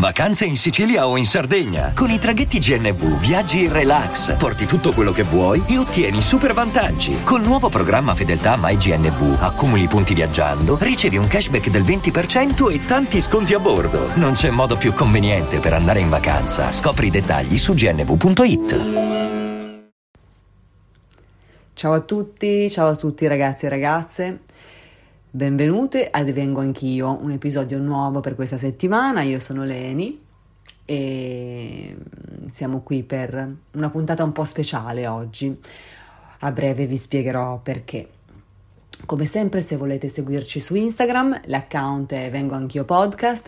Vacanze in Sicilia o in Sardegna. Con i traghetti GNV viaggi in relax, porti tutto quello che vuoi e ottieni super vantaggi. Col nuovo programma Fedeltà MyGNV accumuli punti viaggiando, ricevi un cashback del 20% e tanti sconti a bordo. Non c'è modo più conveniente per andare in vacanza. Scopri i dettagli su gnv.it. Ciao a tutti ragazzi e ragazze. Benvenute a Vengo Anch'io, un episodio nuovo per questa settimana. Io sono Leni e siamo qui per una puntata un po' speciale oggi. A breve vi spiegherò perché. Come sempre, se volete seguirci su Instagram, l'account è Vengo Anch'io Podcast,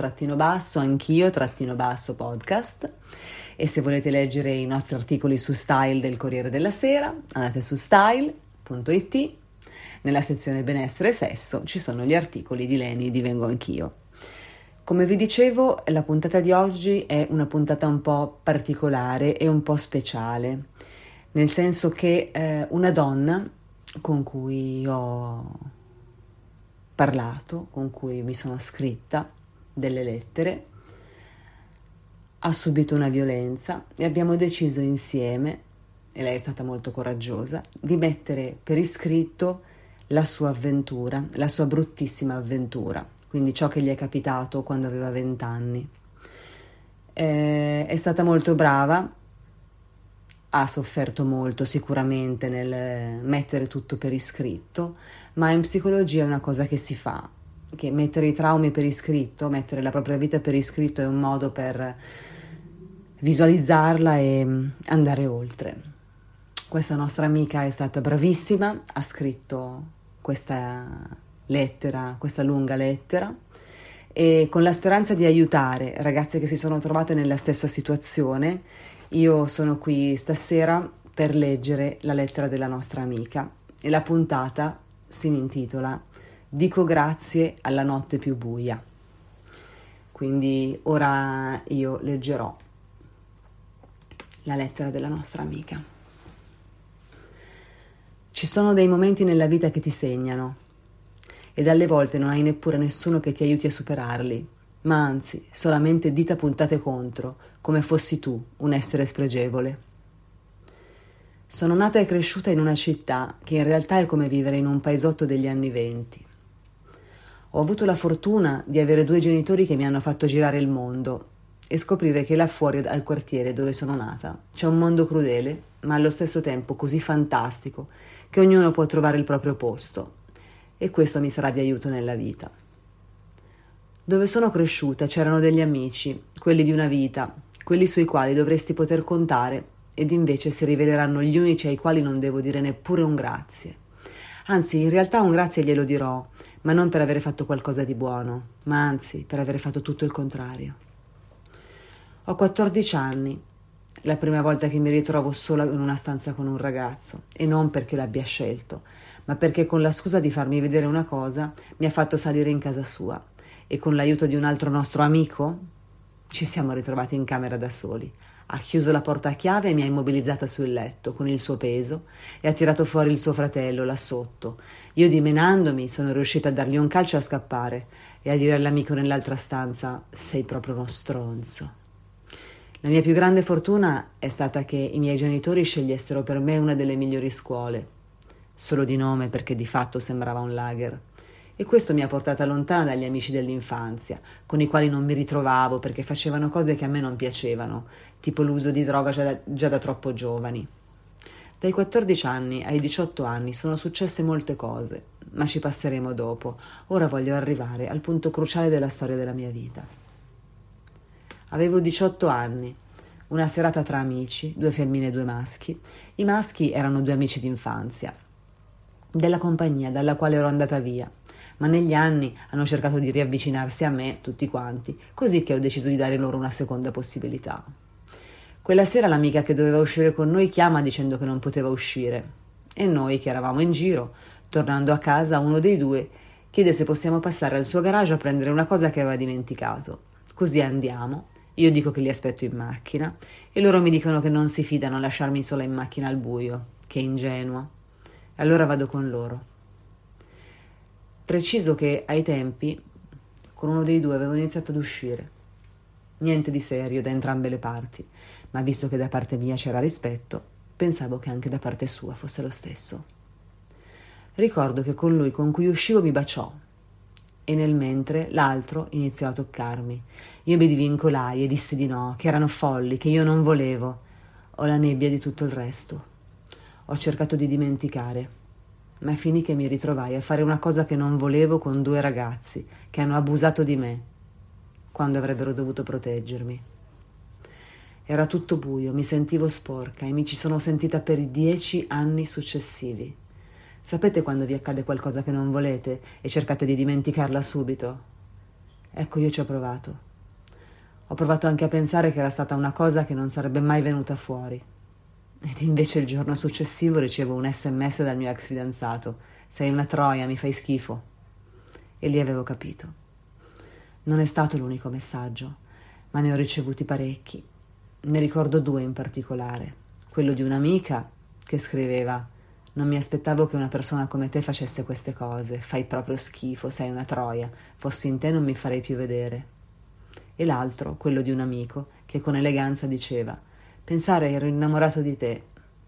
Vengo-Anch'io-Podcast. E se volete leggere i nostri articoli su Style del Corriere della Sera, andate su style.it. Nella sezione benessere e sesso ci sono gli articoli di Leni di Vengo Anch'io. Come vi dicevo, la puntata di oggi è una puntata un po' particolare e un po' speciale, nel senso che una donna con cui ho parlato, con cui mi sono scritta delle lettere, ha subito una violenza e abbiamo deciso insieme, e lei è stata molto coraggiosa, di mettere per iscritto la sua avventura, la sua bruttissima avventura, quindi ciò che gli è capitato quando aveva 20 anni. È stata molto brava, ha sofferto molto sicuramente nel mettere tutto per iscritto, ma in psicologia è una cosa che si fa, che mettere i traumi per iscritto, mettere la propria vita per iscritto è un modo per visualizzarla e andare oltre. Questa nostra amica è stata bravissima, ha scritto questa lettera, questa lunga lettera, e con la speranza di aiutare ragazze che si sono trovate nella stessa situazione, io sono qui stasera per leggere la lettera della nostra amica e la puntata si intitola Dico grazie alla notte più buia. Quindi ora io leggerò la lettera della nostra amica. Ci sono dei momenti nella vita che ti segnano e dalle volte non hai neppure nessuno che ti aiuti a superarli, ma anzi solamente dita puntate contro, come fossi tu un essere spregevole. Sono nata e cresciuta in una città che in realtà è come vivere in un paesotto degli anni '20. Ho avuto la fortuna di avere 2 genitori che mi hanno fatto girare il mondo e scoprire che là fuori al quartiere dove sono nata c'è un mondo crudele, ma allo stesso tempo così fantastico che ognuno può trovare il proprio posto, e questo mi sarà di aiuto nella vita. Dove sono cresciuta c'erano degli amici, quelli di una vita, quelli sui quali dovresti poter contare, ed invece si riveleranno gli unici ai quali non devo dire neppure un grazie. Anzi, in realtà un grazie glielo dirò, ma non per avere fatto qualcosa di buono, ma anzi per avere fatto tutto il contrario. Ho 14 anni, la prima volta che mi ritrovo sola in una stanza con un ragazzo, e non perché l'abbia scelto, ma perché con la scusa di farmi vedere una cosa mi ha fatto salire in casa sua e con l'aiuto di un altro nostro amico ci siamo ritrovati in camera da soli. Ha chiuso la porta a chiave e mi ha immobilizzata sul letto con il suo peso e ha tirato fuori il suo fratello là sotto. Io, dimenandomi, sono riuscita a dargli un calcio e a scappare e a dire all'amico nell'altra stanza: sei proprio uno stronzo. La mia più grande fortuna è stata che i miei genitori scegliessero per me una delle migliori scuole, solo di nome perché di fatto sembrava un lager, e questo mi ha portata lontana dagli amici dell'infanzia, con i quali non mi ritrovavo perché facevano cose che a me non piacevano, tipo l'uso di droga già da troppo giovani. Dai 14 anni ai 18 anni sono successe molte cose, ma ci passeremo dopo. Ora voglio arrivare al punto cruciale della storia della mia vita. Avevo 18 anni, una serata tra amici, 2 femmine e 2 maschi. I maschi erano 2 amici d'infanzia, della compagnia dalla quale ero andata via, ma negli anni hanno cercato di riavvicinarsi a me, tutti quanti, così che ho deciso di dare loro una seconda possibilità. Quella sera l'amica che doveva uscire con noi chiama dicendo che non poteva uscire, e noi, che eravamo in giro, tornando a casa, uno dei 2 chiede se possiamo passare al suo garage a prendere una cosa che aveva dimenticato. Così andiamo. Io dico che li aspetto in macchina e loro mi dicono che non si fidano a lasciarmi sola in macchina al buio, che ingenua. Allora vado con loro. Preciso che ai tempi con uno dei 2 avevo iniziato ad uscire. Niente di serio da entrambe le parti, ma visto che da parte mia c'era rispetto, pensavo che anche da parte sua fosse lo stesso. Ricordo che colui con cui uscivo mi baciò e nel mentre l'altro iniziò a toccarmi. Io mi divincolai e dissi di no, che erano folli, che io non volevo. Ho la nebbia di tutto il resto. Ho cercato di dimenticare, ma finì che mi ritrovai a fare una cosa che non volevo con 2 ragazzi che hanno abusato di me, quando avrebbero dovuto proteggermi. Era tutto buio, mi sentivo sporca e mi ci sono sentita per i 10 anni successivi. Sapete quando vi accade qualcosa che non volete e cercate di dimenticarla subito? Ecco, io ci ho provato. Ho provato anche a pensare che era stata una cosa che non sarebbe mai venuta fuori. Ed invece il giorno successivo ricevo un SMS dal mio ex fidanzato. Sei una troia, mi fai schifo. E lì avevo capito. Non è stato l'unico messaggio, ma ne ho ricevuti parecchi. Ne ricordo 2 in particolare. Quello di un'amica che scriveva: non mi aspettavo che una persona come te facesse queste cose, fai proprio schifo, sei una troia, fossi in te non mi farei più vedere. E l'altro, quello di un amico, che con eleganza diceva: pensare ero innamorato di te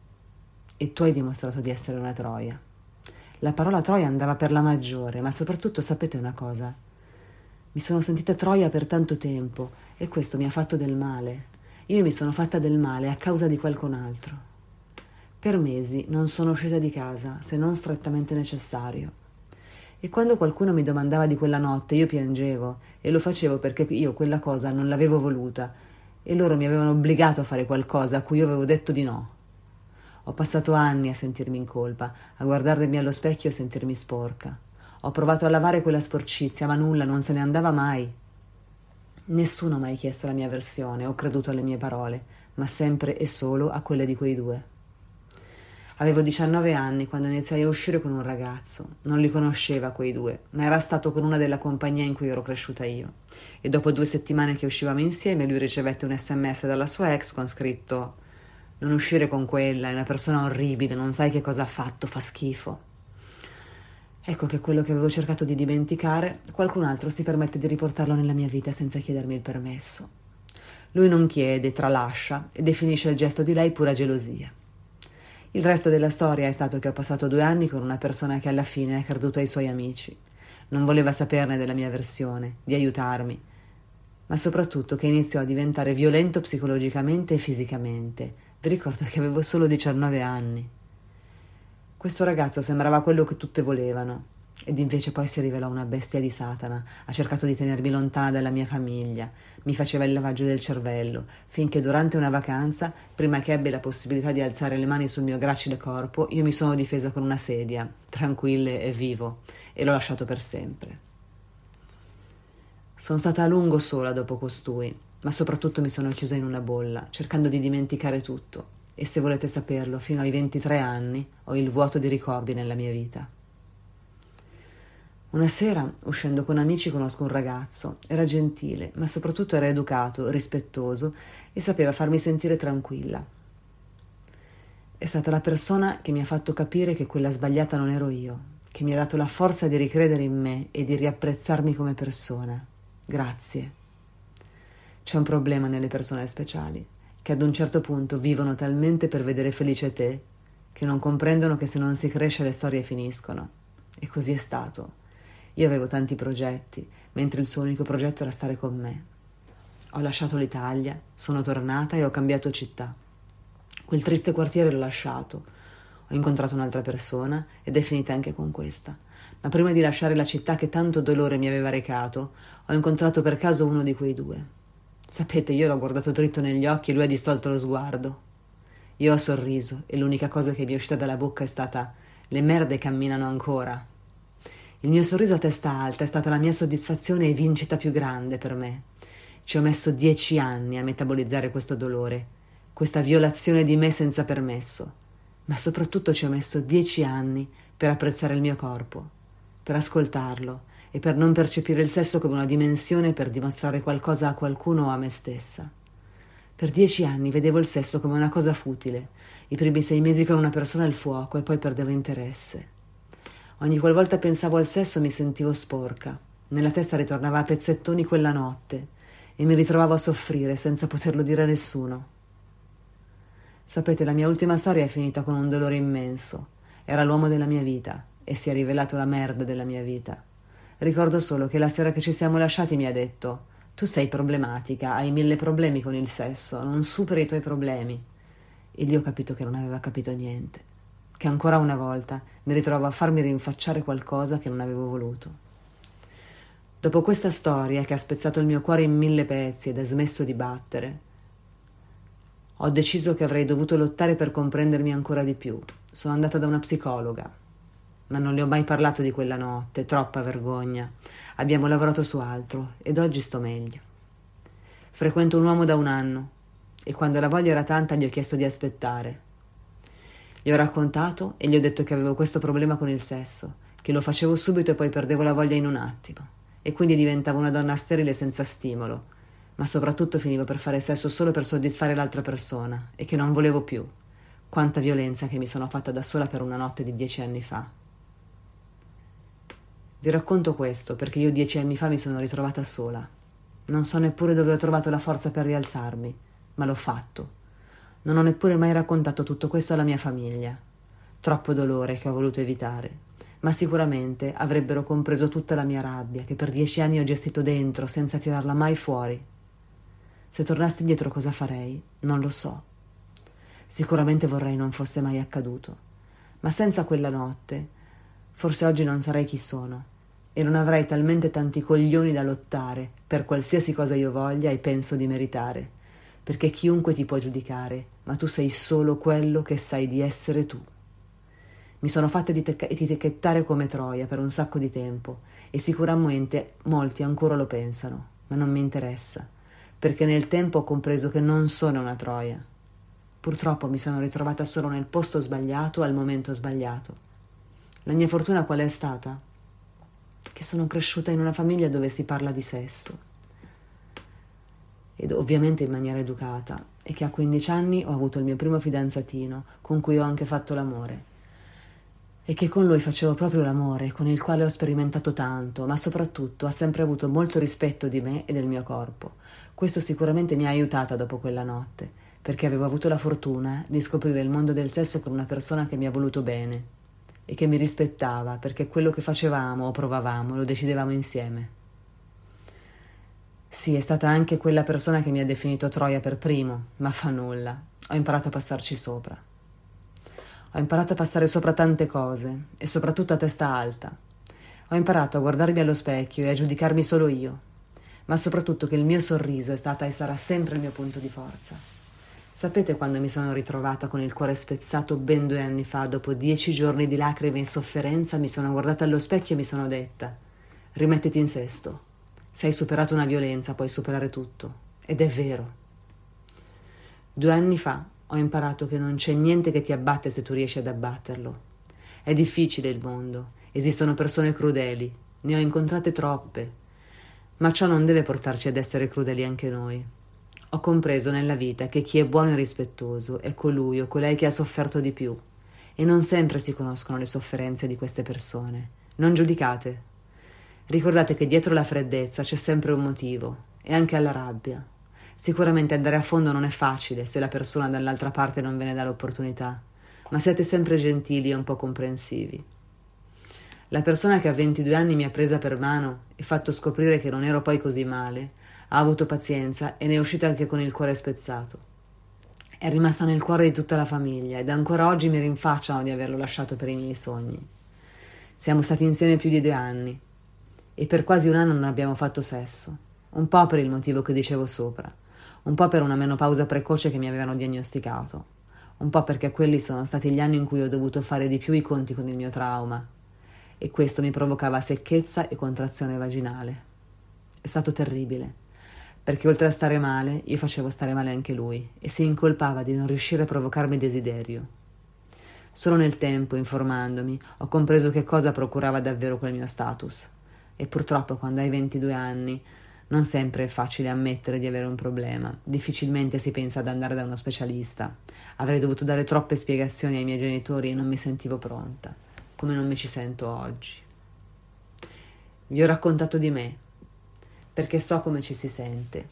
e tu hai dimostrato di essere una troia. La parola troia andava per la maggiore, ma soprattutto sapete una cosa? Mi sono sentita troia per tanto tempo e questo mi ha fatto del male. Io mi sono fatta del male a causa di qualcun altro. Per mesi non sono scesa di casa, se non strettamente necessario. E quando qualcuno mi domandava di quella notte, io piangevo e lo facevo perché io quella cosa non l'avevo voluta e loro mi avevano obbligato a fare qualcosa a cui io avevo detto di no. Ho passato anni a sentirmi in colpa, a guardarmi allo specchio e sentirmi sporca. Ho provato a lavare quella sporcizia, ma nulla, non se ne andava mai. Nessuno ha mai chiesto la mia versione o creduto alle mie parole, ma sempre e solo a quelle di quei 2. Avevo 19 anni quando iniziai a uscire con un ragazzo. Non li conosceva quei 2, ma era stato con una della compagnia in cui ero cresciuta io. E dopo 2 settimane che uscivamo insieme, lui ricevette un SMS dalla sua ex con scritto: non uscire con quella, è una persona orribile, non sai che cosa ha fatto, fa schifo. Ecco che quello che avevo cercato di dimenticare, qualcun altro si permette di riportarlo nella mia vita senza chiedermi il permesso. Lui non chiede, tralascia e definisce il gesto di lei pura gelosia. Il resto della storia è stato che ho passato 2 anni con una persona che alla fine ha creduto ai suoi amici. Non voleva saperne della mia versione, di aiutarmi, ma soprattutto che iniziò a diventare violento psicologicamente e fisicamente. Vi ricordo che avevo solo 19 anni. Questo ragazzo sembrava quello che tutte volevano, ed invece poi si rivelò una bestia di Satana. Ha cercato di tenermi lontana dalla mia famiglia, mi faceva il lavaggio del cervello, finché durante una vacanza, prima che ebbe la possibilità di alzare le mani sul mio gracile corpo, io mi sono difesa con una sedia, tranquille e vivo, e l'ho lasciato per sempre. Sono stata a lungo sola dopo costui, ma soprattutto mi sono chiusa in una bolla, cercando di dimenticare tutto. E se volete saperlo, fino ai 23 anni ho il vuoto di ricordi nella mia vita. Una sera, uscendo con amici, conosco un ragazzo. Era gentile, ma soprattutto era educato, rispettoso e sapeva farmi sentire tranquilla. È stata la persona che mi ha fatto capire che quella sbagliata non ero io, che mi ha dato la forza di ricredere in me e di riapprezzarmi come persona. Grazie. C'è un problema nelle persone speciali, che ad un certo punto vivono talmente per vedere felice te che non comprendono che se non si cresce le storie finiscono. E così è stato. Io avevo tanti progetti, mentre il suo unico progetto era stare con me. Ho lasciato l'Italia, sono tornata e ho cambiato città. Quel triste quartiere l'ho lasciato. Ho incontrato un'altra persona ed è finita anche con questa. Ma prima di lasciare la città che tanto dolore mi aveva recato, ho incontrato per caso uno di quei 2. Sapete, io l'ho guardato dritto negli occhi e lui ha distolto lo sguardo. Io ho sorriso e l'unica cosa che mi è uscita dalla bocca è stata: le merde camminano ancora. Il mio sorriso a testa alta è stata la mia soddisfazione e vincita più grande per me. Ci ho messo 10 anni a metabolizzare questo dolore, questa violazione di me senza permesso, ma soprattutto ci ho messo 10 anni per apprezzare il mio corpo, per ascoltarlo e per non percepire il sesso come una dimensione per dimostrare qualcosa a qualcuno o a me stessa. Per 10 anni vedevo il sesso come una cosa futile, i primi 6 mesi con una persona al fuoco e poi perdevo interesse. Ogni qualvolta pensavo al sesso mi sentivo sporca, nella testa ritornava a pezzettoni quella notte e mi ritrovavo a soffrire senza poterlo dire a nessuno. Sapete, la mia ultima storia è finita con un dolore immenso. Era l'uomo della mia vita e si è rivelato la merda della mia vita. Ricordo solo che la sera che ci siamo lasciati mi ha detto: tu sei problematica, hai 1000 problemi con il sesso, non superi i tuoi problemi. E lì ho capito che non aveva capito niente, che ancora una volta mi ritrovo a farmi rinfacciare qualcosa che non avevo voluto. Dopo questa storia che ha spezzato il mio cuore in 1000 pezzi ed è smesso di battere, ho deciso che avrei dovuto lottare per comprendermi ancora di più. Sono andata da una psicologa, ma non le ho mai parlato di quella notte, troppa vergogna. Abbiamo lavorato su altro ed oggi sto meglio. Frequento un uomo da 1 anno e quando la voglia era tanta gli ho chiesto di aspettare. Gli ho raccontato e gli ho detto che avevo questo problema con il sesso, che lo facevo subito e poi perdevo la voglia in un attimo e quindi diventavo una donna sterile senza stimolo, ma soprattutto finivo per fare sesso solo per soddisfare l'altra persona e che non volevo più. Quanta violenza che mi sono fatta da sola per una notte di 10 anni fa. Vi racconto questo perché io 10 anni fa mi sono ritrovata sola. Non so neppure dove ho trovato la forza per rialzarmi, ma l'ho fatto. Non ho neppure mai raccontato tutto questo alla mia famiglia. Troppo dolore che ho voluto evitare, ma sicuramente avrebbero compreso tutta la mia rabbia che per 10 anni ho gestito dentro senza tirarla mai fuori. Se tornassi indietro cosa farei? Non lo so. Sicuramente vorrei non fosse mai accaduto, ma senza quella notte forse oggi non sarei chi sono e non avrei talmente tanti coglioni da lottare per qualsiasi cosa io voglia e penso di meritare, perché chiunque ti può giudicare, ma tu sei solo quello che sai di essere tu. Mi sono fatta etichettare come Troia per un sacco di tempo e sicuramente molti ancora lo pensano, ma non mi interessa, perché nel tempo ho compreso che non sono una Troia. Purtroppo mi sono ritrovata solo nel posto sbagliato al momento sbagliato. La mia fortuna qual è stata? Che sono cresciuta in una famiglia dove si parla di sesso, ed ovviamente in maniera educata, e che a 15 anni ho avuto il mio primo fidanzatino, con cui ho anche fatto l'amore, e che con lui facevo proprio l'amore, con il quale ho sperimentato tanto, ma soprattutto ha sempre avuto molto rispetto di me e del mio corpo. Questo sicuramente mi ha aiutata dopo quella notte, perché avevo avuto la fortuna di scoprire il mondo del sesso con una persona che mi ha voluto bene e che mi rispettava, perché quello che facevamo o provavamo lo decidevamo insieme. Sì, è stata anche quella persona che mi ha definito Troia per primo, ma fa nulla. Ho imparato a passarci sopra. Ho imparato a passare sopra tante cose e soprattutto a testa alta. Ho imparato a guardarmi allo specchio e a giudicarmi solo io, ma soprattutto che il mio sorriso è stata e sarà sempre il mio punto di forza. Sapete quando mi sono ritrovata con il cuore spezzato ben 2 anni fa, dopo 10 giorni di lacrime e sofferenza, mi sono guardata allo specchio e mi sono detta: rimettiti in sesto. Se hai superato una violenza puoi superare tutto. Ed è vero. 2 anni fa ho imparato che non c'è niente che ti abbatte se tu riesci ad abbatterlo. È difficile il mondo, esistono persone crudeli, ne ho incontrate troppe, ma ciò non deve portarci ad essere crudeli anche noi. Ho compreso nella vita che chi è buono e rispettoso è colui o colei che ha sofferto di più, e non sempre si conoscono le sofferenze di queste persone. Non giudicate. Ricordate che dietro la freddezza c'è sempre un motivo, e anche alla rabbia. Sicuramente andare a fondo non è facile se la persona dall'altra parte non ve ne dà l'opportunità, ma siate sempre gentili e un po' comprensivi. La persona che a 22 anni mi ha presa per mano e fatto scoprire che non ero poi così male ha avuto pazienza e ne è uscita anche con il cuore spezzato. È rimasta nel cuore di tutta la famiglia ed ancora oggi mi rinfacciano di averlo lasciato per i miei sogni. Siamo stati insieme più di 2 anni e per quasi 1 anno non abbiamo fatto sesso, un po' per il motivo che dicevo sopra, un po' per una menopausa precoce che mi avevano diagnosticato, un po' perché quelli sono stati gli anni in cui ho dovuto fare di più i conti con il mio trauma e questo mi provocava secchezza e contrazione vaginale. È stato terribile, perché oltre a stare male, io facevo stare male anche lui e si incolpava di non riuscire a provocarmi desiderio. Solo nel tempo, informandomi, ho compreso che cosa procurava davvero quel mio status. E purtroppo quando hai 22 anni non sempre è facile ammettere di avere un problema. Difficilmente si pensa ad andare da uno specialista. Avrei dovuto dare troppe spiegazioni ai miei genitori e non mi sentivo pronta, come non mi ci sento oggi. Vi ho raccontato di me, perché so come ci si sente.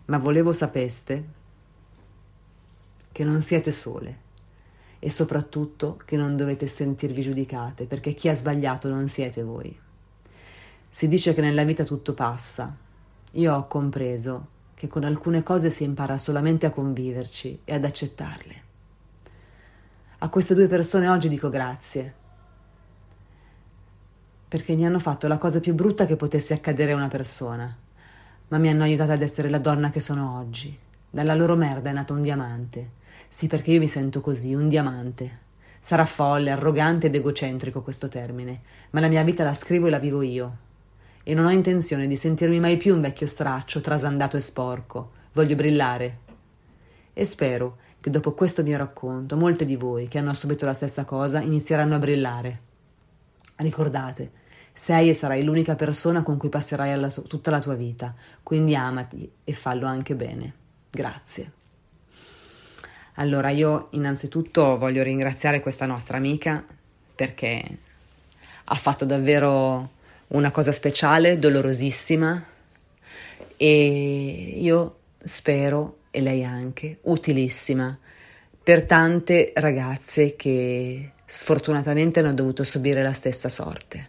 ma volevo sapeste che non siete sole e soprattutto che non dovete sentirvi giudicate, perché chi ha sbagliato non siete voi. Si dice che nella vita tutto passa. Io ho compreso che con alcune cose si impara solamente a conviverci e ad accettarle. A queste 2 persone oggi dico grazie, perché mi hanno fatto la cosa più brutta che potesse accadere a una persona, ma mi hanno aiutata ad essere la donna che sono oggi. Dalla loro merda è nato un diamante. Sì, perché io mi sento così, un diamante. Sarà folle, arrogante ed egocentrico questo termine, ma la mia vita la scrivo e la vivo io. E non ho intenzione di sentirmi mai più un vecchio straccio, trasandato e sporco. Voglio brillare. E spero che dopo questo mio racconto, molte di voi che hanno subito la stessa cosa inizieranno a brillare. Ricordate, sei e sarai l'unica persona con cui passerai tutta la tua vita, quindi amati e fallo anche bene. Grazie. Allora, io innanzitutto voglio ringraziare questa nostra amica perché ha fatto davvero una cosa speciale, dolorosissima, e io spero, e lei anche, utilissima per tante ragazze che sfortunatamente hanno dovuto subire la stessa sorte.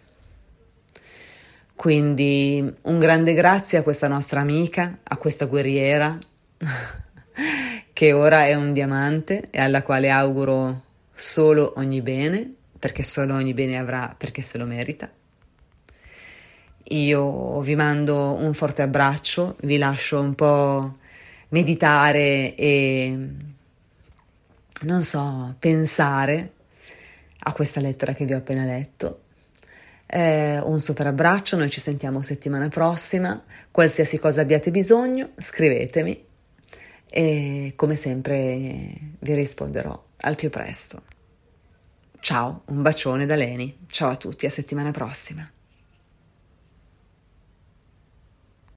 Quindi un grande grazie a questa nostra amica, a questa guerriera che ora è un diamante e alla quale auguro solo ogni bene, perché solo ogni bene avrà perché se lo merita. Io vi mando un forte abbraccio, vi lascio un po' meditare e, non so, pensare a questa lettera che vi ho appena letto. Un super abbraccio, noi ci sentiamo settimana prossima. Qualsiasi cosa abbiate bisogno, scrivetemi e come sempre vi risponderò al più presto. Ciao, un bacione da Leni. Ciao a tutti, a settimana prossima.